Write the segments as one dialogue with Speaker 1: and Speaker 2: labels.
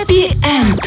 Speaker 1: Хэппи-энд.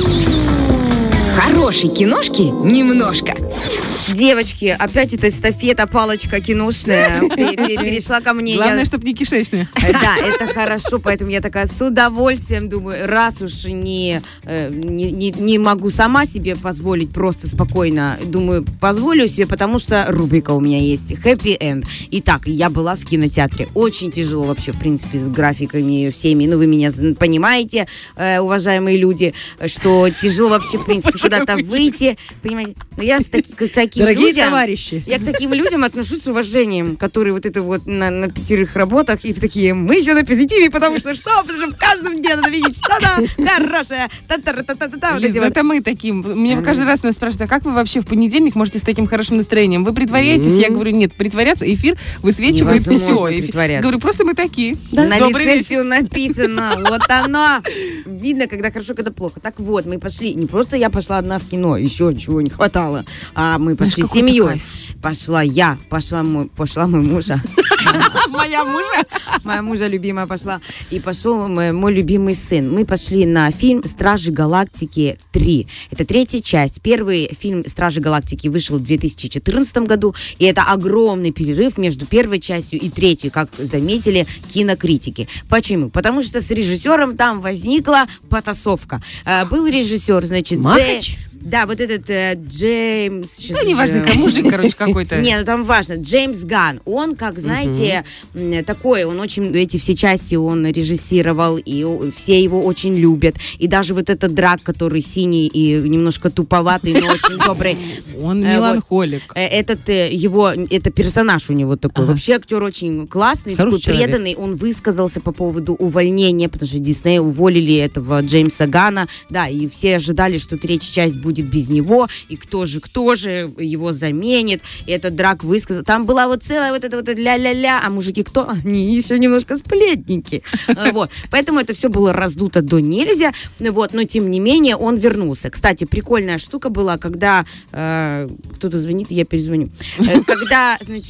Speaker 1: Хорошей киношки немножко.
Speaker 2: Девочки, опять эта эстафета, палочка киношная перешла ко мне.
Speaker 3: Главное, чтобы не кишечная.
Speaker 2: Да, это хорошо, поэтому я такая с удовольствием думаю, раз уж не могу сама себе позволить просто спокойно, думаю, позволю себе, потому что рубрика у меня есть «Хэппи-энд». Итак, я была в кинотеатре. Очень тяжело вообще, в принципе, с графиками всеми. Ну, вы меня понимаете, уважаемые люди, что тяжело вообще, в принципе, куда-то выйти. Понимаете? Но я с таким
Speaker 4: Дорогие
Speaker 2: людям,
Speaker 4: товарищи.
Speaker 2: я к таким людям отношусь с уважением, которые вот это вот на 5 работах и такие, мы еще на позитиве, потому что что? Потому что в каждом дне надо видеть что-то хорошее.
Speaker 3: Лиз, ну это мы таким. Мне каждый раз нас спрашивают, а как вы вообще в понедельник можете с таким хорошим настроением? Вы притворяетесь? Я говорю, нет, притворяться, эфир высвечивает все. Говорю, просто мы такие.
Speaker 2: На лице все написано. Вот оно. Видно, когда хорошо, когда плохо. Так вот, мы пошли, не просто я пошла одна в кино, еще чего не хватало, а мы пошли с семьей. Пошла я, пошла мой муж. Моя мужа любимая пошла. И пошел мой любимый сын. Мы пошли на фильм «Стражи Галактики 3». Это 3-я часть. Первый фильм «Стражи Галактики» вышел в 2014 году. И это огромный перерыв между первой частью и 3-й, как заметили кинокритики. Почему? Потому что с режиссером там возникла потасовка. Был режиссер, значит,
Speaker 4: Махач?
Speaker 2: Да, вот этот Джеймс...
Speaker 3: Да, неважно, мужик, короче, какой-то.
Speaker 2: Не, ну там важно. Джеймс Ганн. Он, как, знаете, такой, он очень, эти все части он режиссировал, и все его очень любят. И даже вот этот Драк, который синий и немножко туповатый, но очень добрый.
Speaker 3: Он меланхолик.
Speaker 2: Это персонаж у него такой. Вообще актер очень классный, такой преданный. Он высказался по поводу увольнения, потому что Дисней уволили этого Джеймса Ганна. Да, и все ожидали, что 3-я часть будет без него, и кто же его заменит. И этот Драк высказал. Там была вот целая вот эта вот ля-ля-ля, а мужики кто? Они еще немножко сплетники. Вот. Поэтому это все было раздуто до нельзя. Вот. Но тем не менее он вернулся. Кстати, прикольная штука была, когда кто-то звонит, я перезвоню. Когда, значит,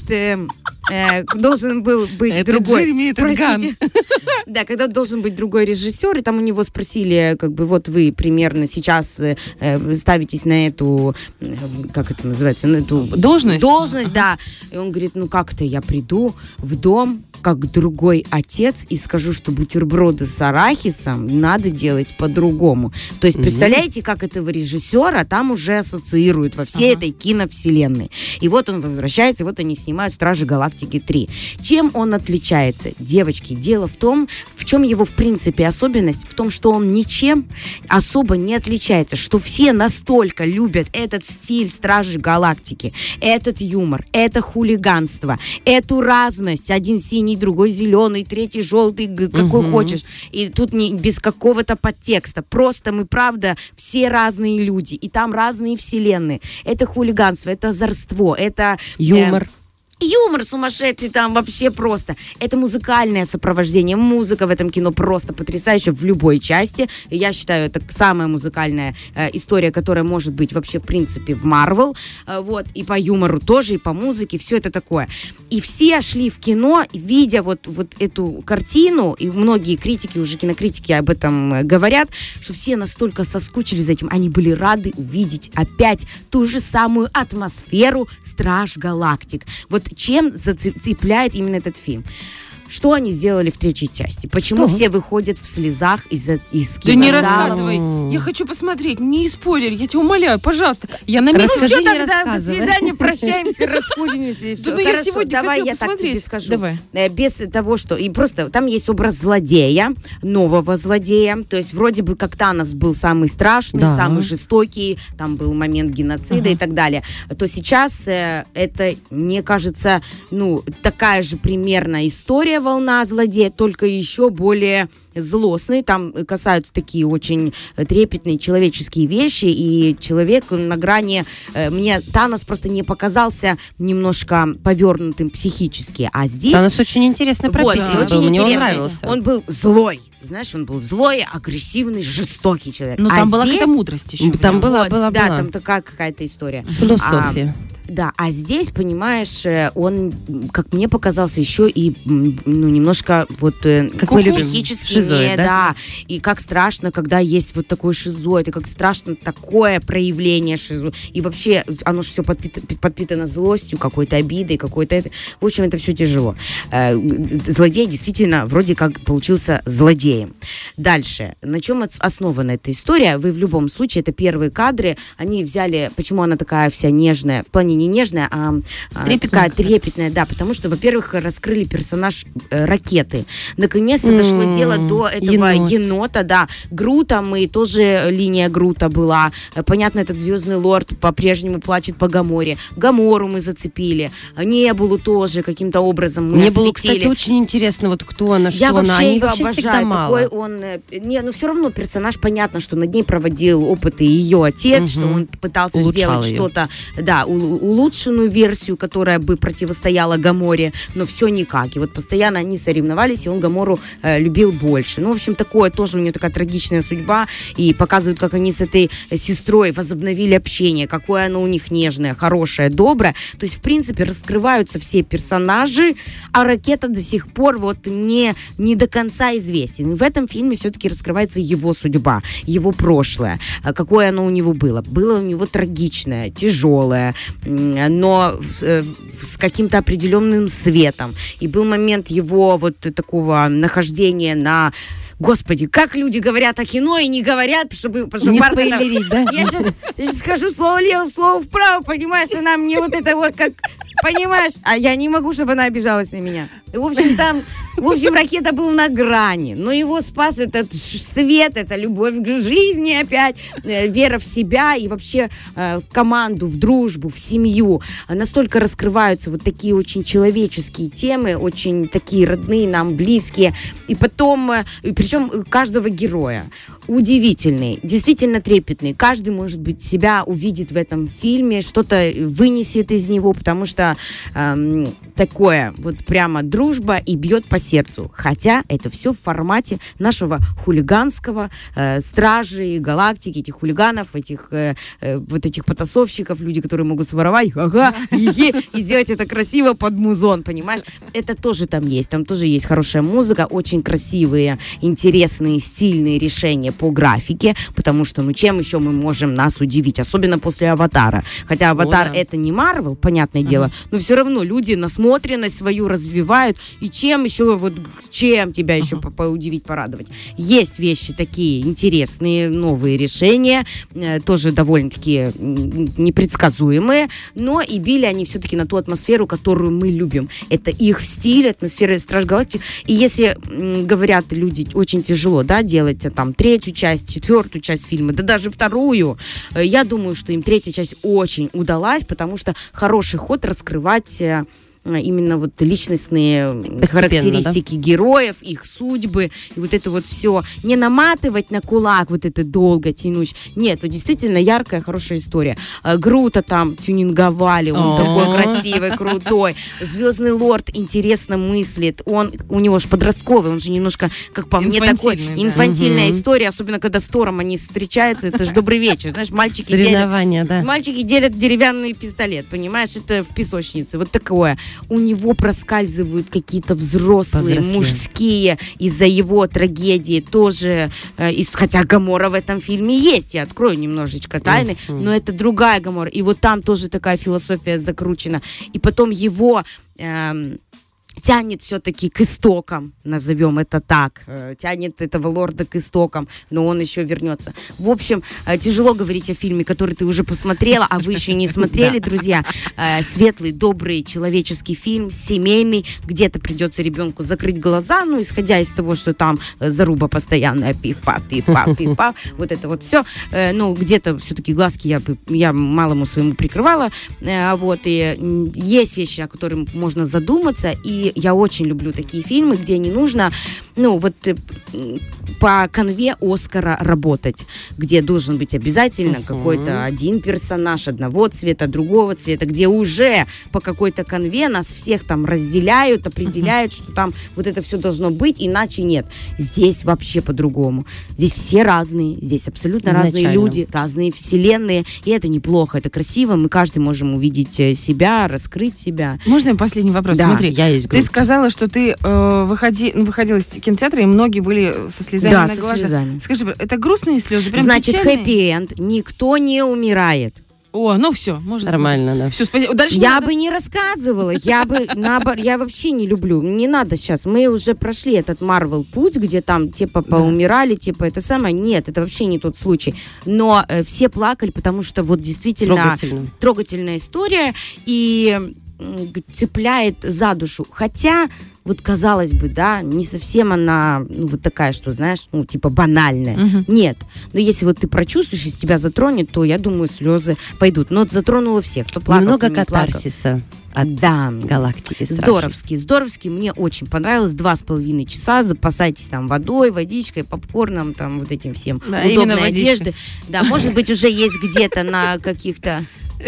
Speaker 2: должен был быть
Speaker 3: это
Speaker 2: другой...
Speaker 3: Джереми, этот Ганн.
Speaker 2: Да, когда должен быть другой режиссер, и там у него спросили, как бы, вот вы примерно сейчас ставитесь на эту, как это называется, на эту...
Speaker 3: Должность?
Speaker 2: Должность, да. И он говорит, ну как-то я приду в дом, как другой отец, и скажу, что бутерброды с арахисом надо делать по-другому. То есть, представляете, как этого режиссера там уже ассоциируют во всей этой киновселенной. И вот он возвращается, и вот они снимают «Стражи Галактики 3». Чем он отличается? Девочки, дело в том, в чем его, в принципе, особенность, в том, что он ничем особо не отличается, что все настолько любят этот стиль «Стражи Галактики», этот юмор, это хулиганство, эту разность, один синий, другой зеленый, третий желтый, какой хочешь. И тут не без какого-то подтекста. Просто мы, правда, все разные люди. И там разные вселенные. Это хулиганство, это озорство, это...
Speaker 4: Юмор.
Speaker 2: Юмор сумасшедший там вообще просто. Это музыкальное сопровождение. Музыка в этом кино просто потрясающая в любой части. Я считаю, это самая музыкальная история, которая может быть вообще в принципе в Марвел. Вот. И по юмору тоже, и по музыке. Все это такое. И все шли в кино, видя вот эту картину, и многие критики, уже кинокритики об этом говорят, что все настолько соскучились за этим. Они были рады увидеть опять ту же самую атмосферу «Страж Галактик». Вот чем зацепляет именно этот фильм? Что они сделали в 3-й части? Почему все выходят в слезах из кинозала?
Speaker 3: Да не рассказывай. Я хочу посмотреть. Не спойлер, я тебя умоляю, пожалуйста. Я на минуту.
Speaker 4: Расскажи, не
Speaker 2: Тогда до
Speaker 4: рассказывай.
Speaker 2: свидания, прощаемся, расходимся. И все.
Speaker 3: Да, я
Speaker 2: Хорошо,
Speaker 3: сегодня
Speaker 2: давай
Speaker 3: хотела
Speaker 2: я так
Speaker 3: посмотреть.
Speaker 2: тебе скажу.
Speaker 3: Давай.
Speaker 2: Без того, что... И просто там есть образ злодея, нового злодея. То есть вроде бы как Танос был самый страшный, самый жестокий. Там был момент геноцида и так далее. То сейчас это, мне кажется, такая же примерно история «Волна злодея», только еще более злостный. Там касаются такие очень трепетные человеческие вещи, и человек на грани... Мне Танос просто не показался немножко повернутым психически, а здесь...
Speaker 4: Танос очень интересно прописан.
Speaker 2: Вот, очень
Speaker 4: мне он
Speaker 2: интересный.
Speaker 4: нравился.
Speaker 2: Он был злой. Знаешь, он был злой, агрессивный, жестокий человек.
Speaker 3: Ну, там была
Speaker 2: здесь...
Speaker 3: какая-то мудрость еще.
Speaker 4: Там была.
Speaker 2: Да, там такая какая-то история.
Speaker 4: Философия.
Speaker 2: Да, а здесь, понимаешь, он, как мне показался, еще и немножко вот
Speaker 4: как
Speaker 2: психически, да, и как страшно, когда есть вот такой шизоид, и как страшно такое проявление шизу, и вообще оно же все подпитано злостью, какой-то обидой, какой-то это. В общем, это все тяжело. Злодей действительно вроде как получился злодеем. Дальше. На чем основана эта история? Вы в любом случае, это первые кадры, они взяли, почему она такая вся нежная, в плане не нежная, а такая трепетная, да, потому что, во-первых, раскрыли персонаж Ракеты. Наконец-то дошло дело до этого енота, да. Грута, мы тоже, линия Грута была. Понятно, этот Звездный Лорд по-прежнему плачет по Гаморе. Гамору мы зацепили. Небулу тоже каким-то образом мы
Speaker 4: осветили. Небулу, кстати, очень интересно, вот кто она, что она.
Speaker 2: Я вообще обожаю. Такой он... но все равно персонаж, понятно, что над ней проводил опыты ее отец, что он пытался сделать что-то, да, улучшенную версию, которая бы противостояла Гаморе, но все никак. И вот постоянно они соревновались, и он Гамору любил больше. Ну, в общем, такое тоже у нее такая трагичная судьба, и показывают, как они с этой сестрой возобновили общение, какое оно у них нежное, хорошее, доброе. То есть, в принципе, раскрываются все персонажи, а Ракета до сих пор вот не до конца известен. В этом фильме все-таки раскрывается его судьба, его прошлое, какое оно у него было. Было у него трагичное, тяжелое, но с каким-то определенным светом. И был момент его вот такого нахождения на... Господи, как люди говорят о кино и не говорят, чтобы
Speaker 4: не спойлерить, да?
Speaker 2: Я сейчас скажу слово влево, слово вправо, понимаешь, она мне вот это вот как... Понимаешь? А я не могу, чтобы она обижалась на меня. В общем, Ракета был на грани, но его спас этот свет, это любовь к жизни опять, вера в себя и вообще в команду, в дружбу, в семью. Настолько раскрываются вот такие очень человеческие темы, очень такие родные нам, близкие. И потом, причем каждого героя удивительный, действительно трепетный. Каждый, может быть, себя увидит в этом фильме, что-то вынесет из него, потому что такое вот прямо дружба и бьет по сердцу. Хотя это все в формате нашего хулиганского стражей галактики, этих хулиганов, этих вот этих потасовщиков, люди, которые могут своровать, и сделать это красиво под музон, понимаешь? Это тоже там тоже есть хорошая музыка, очень красивые, интересные, стильные решения по графике, потому что, чем еще мы можем нас удивить, особенно после «Аватара». Хотя «Аватар» это не Марвел, понятное дело, но все равно люди насмотренность свою развивают, и чем тебя еще поудивить, порадовать. Есть вещи такие интересные, новые решения, тоже довольно-таки непредсказуемые, но и били они все-таки на ту атмосферу, которую мы любим. Это их стиль, атмосфера «Страж Галактики». И если говорят люди, очень тяжело, да, делать там 3-ю часть, 4-ю часть фильма, да даже 2-ю, я думаю, что им 3-я часть очень удалась, потому что хороший ход раскрывать именно вот личностные характеристики героев, их судьбы, и вот это вот все. Не наматывать на кулак, вот это долго тянуть. Нет, вот действительно яркая, хорошая история. Грута там тюнинговали, он такой красивый, крутой. Звездный Лорд интересно мыслит. У него же подростковый, он же немножко, как по мне, такой инфантильная история, особенно когда с Тором они встречаются, это же добрый вечер. Знаешь, мальчики делят деревянный пистолет, понимаешь, это в песочнице. Вот такое. У него проскальзывают какие-то взрослые, мужские, из-за его трагедии тоже, хотя Гамора в этом фильме есть, я открою немножечко тайны, но это другая Гамора, и вот там тоже такая философия закручена, и потом его... тянет все-таки к истокам, назовем это так, тянет этого лорда к истокам, но он еще вернется. В общем, тяжело говорить о фильме, который ты уже посмотрела, а вы еще не смотрели, друзья. Светлый, добрый, человеческий фильм, семейный, где-то придется ребенку закрыть глаза, исходя из того, что там заруба постоянная, пиф-паф, пиф-паф, пиф-паф, вот это вот все. Где-то все-таки глазки я малому своему прикрывала, и есть вещи, о которых можно задуматься, и я очень люблю такие фильмы, где не нужно по канве Оскара работать, где должен быть обязательно какой-то один персонаж одного цвета, другого цвета, где уже по какой-то канве нас всех там разделяют, определяют, что там вот это все должно быть, иначе нет. Здесь вообще по-другому. Здесь все разные, здесь абсолютно разные люди, разные вселенные, и это неплохо, это красиво, мы каждый можем увидеть себя, раскрыть себя.
Speaker 3: Можно последний вопрос?
Speaker 2: Да.
Speaker 3: Смотри, ты сказала, что ты выходила из кинотеатра, и многие были со слезами на глазах. Слезами. Скажи, это грустные слезы? Прям
Speaker 2: значит,
Speaker 3: печальные?
Speaker 2: хэппи-энд. Никто не умирает.
Speaker 3: О, все, можно.
Speaker 4: Нормально,
Speaker 3: да. Все, спасибо. Дальше
Speaker 2: я бы не рассказывала. Я вообще не люблю. Не надо сейчас. Мы уже прошли этот Marvel путь, где там типа поумирали, типа это самое. Нет, это вообще не тот случай. Но все плакали, потому что вот действительно трогательная история и цепляет за душу. Хотя вот, казалось бы, да, не совсем она, вот такая, что, знаешь, типа банальная. Нет. Но если вот ты прочувствуешь, если тебя затронет, то, я думаю, слезы пойдут. Но затронуло всех, кто плакал,
Speaker 4: немного катарсиса от галактики.
Speaker 2: Здоровски. Мне очень понравилось. 2,5 часа. Запасайтесь там водой, водичкой, попкорном, там вот этим всем.
Speaker 3: Да,
Speaker 2: удобной одежды. Да, может быть, уже есть где-то на каких-то...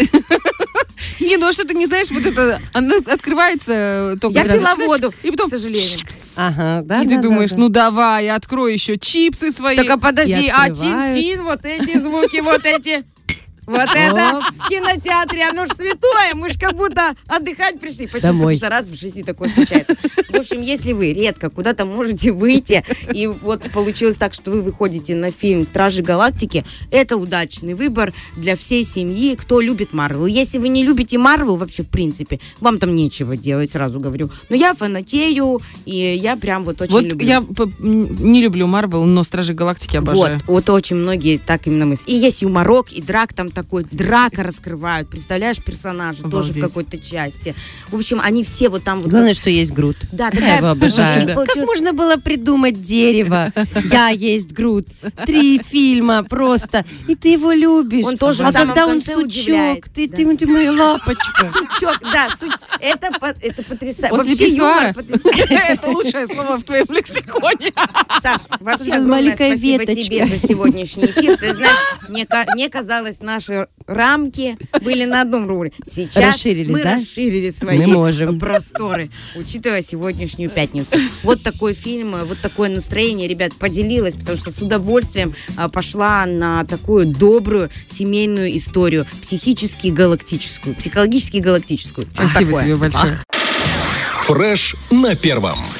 Speaker 3: Не, а что ты не знаешь, вот это, она открывается только...
Speaker 2: Я пила воду,
Speaker 3: и потом,
Speaker 2: к сожалению.
Speaker 4: Ага, да.
Speaker 3: И ты думаешь, давай, открой еще чипсы свои.
Speaker 2: Так, а подожди, чин-чин, вот эти звуки, вот эти... Вот это в кинотеатре, оно ж святое, мы ж как будто отдыхать пришли. Почему? Потому что раз в жизни такое случается. В общем, если вы редко куда-то можете выйти, и вот получилось так, что вы выходите на фильм «Стражи Галактики», это удачный выбор для всей семьи, кто любит Марвел. Если вы не любите Марвел вообще, в принципе, вам там нечего делать, сразу говорю. Но я фанатею, и я прям вот очень люблю.
Speaker 3: Я не люблю Марвел, но «Стражи Галактики» обожаю.
Speaker 2: Вот очень многие так именно мыслят. И есть юморок, и драк там такой, драка раскрывают, представляешь, персонажи тоже в какой-то части. В общем, они все вот там...
Speaker 4: Главное, что есть Грут.
Speaker 2: Да,
Speaker 4: я его обожаю. Как можно было придумать дерево? Я есть Грут. 3 фильма просто. И ты его любишь.
Speaker 2: Он тоже
Speaker 4: а когда он сучок, ты моя лапочка.
Speaker 2: Сучок, да, это потрясающе.
Speaker 3: После писсуара. Это лучшее слово в твоем лексиконе.
Speaker 2: Саш, вообще огромное спасибо тебе за сегодняшний эфир. Ты знаешь, мне казалось, наши рамки были на одном уровне. Сейчас мы расширили свои просторы, учитывая сегодняшнюю пятницу. Вот такой фильм, вот такое настроение, ребят, поделилась, потому что с удовольствием пошла на такую добрую семейную историю, психологически галактическую.
Speaker 3: Спасибо тебе большое.
Speaker 5: Фреш на первом.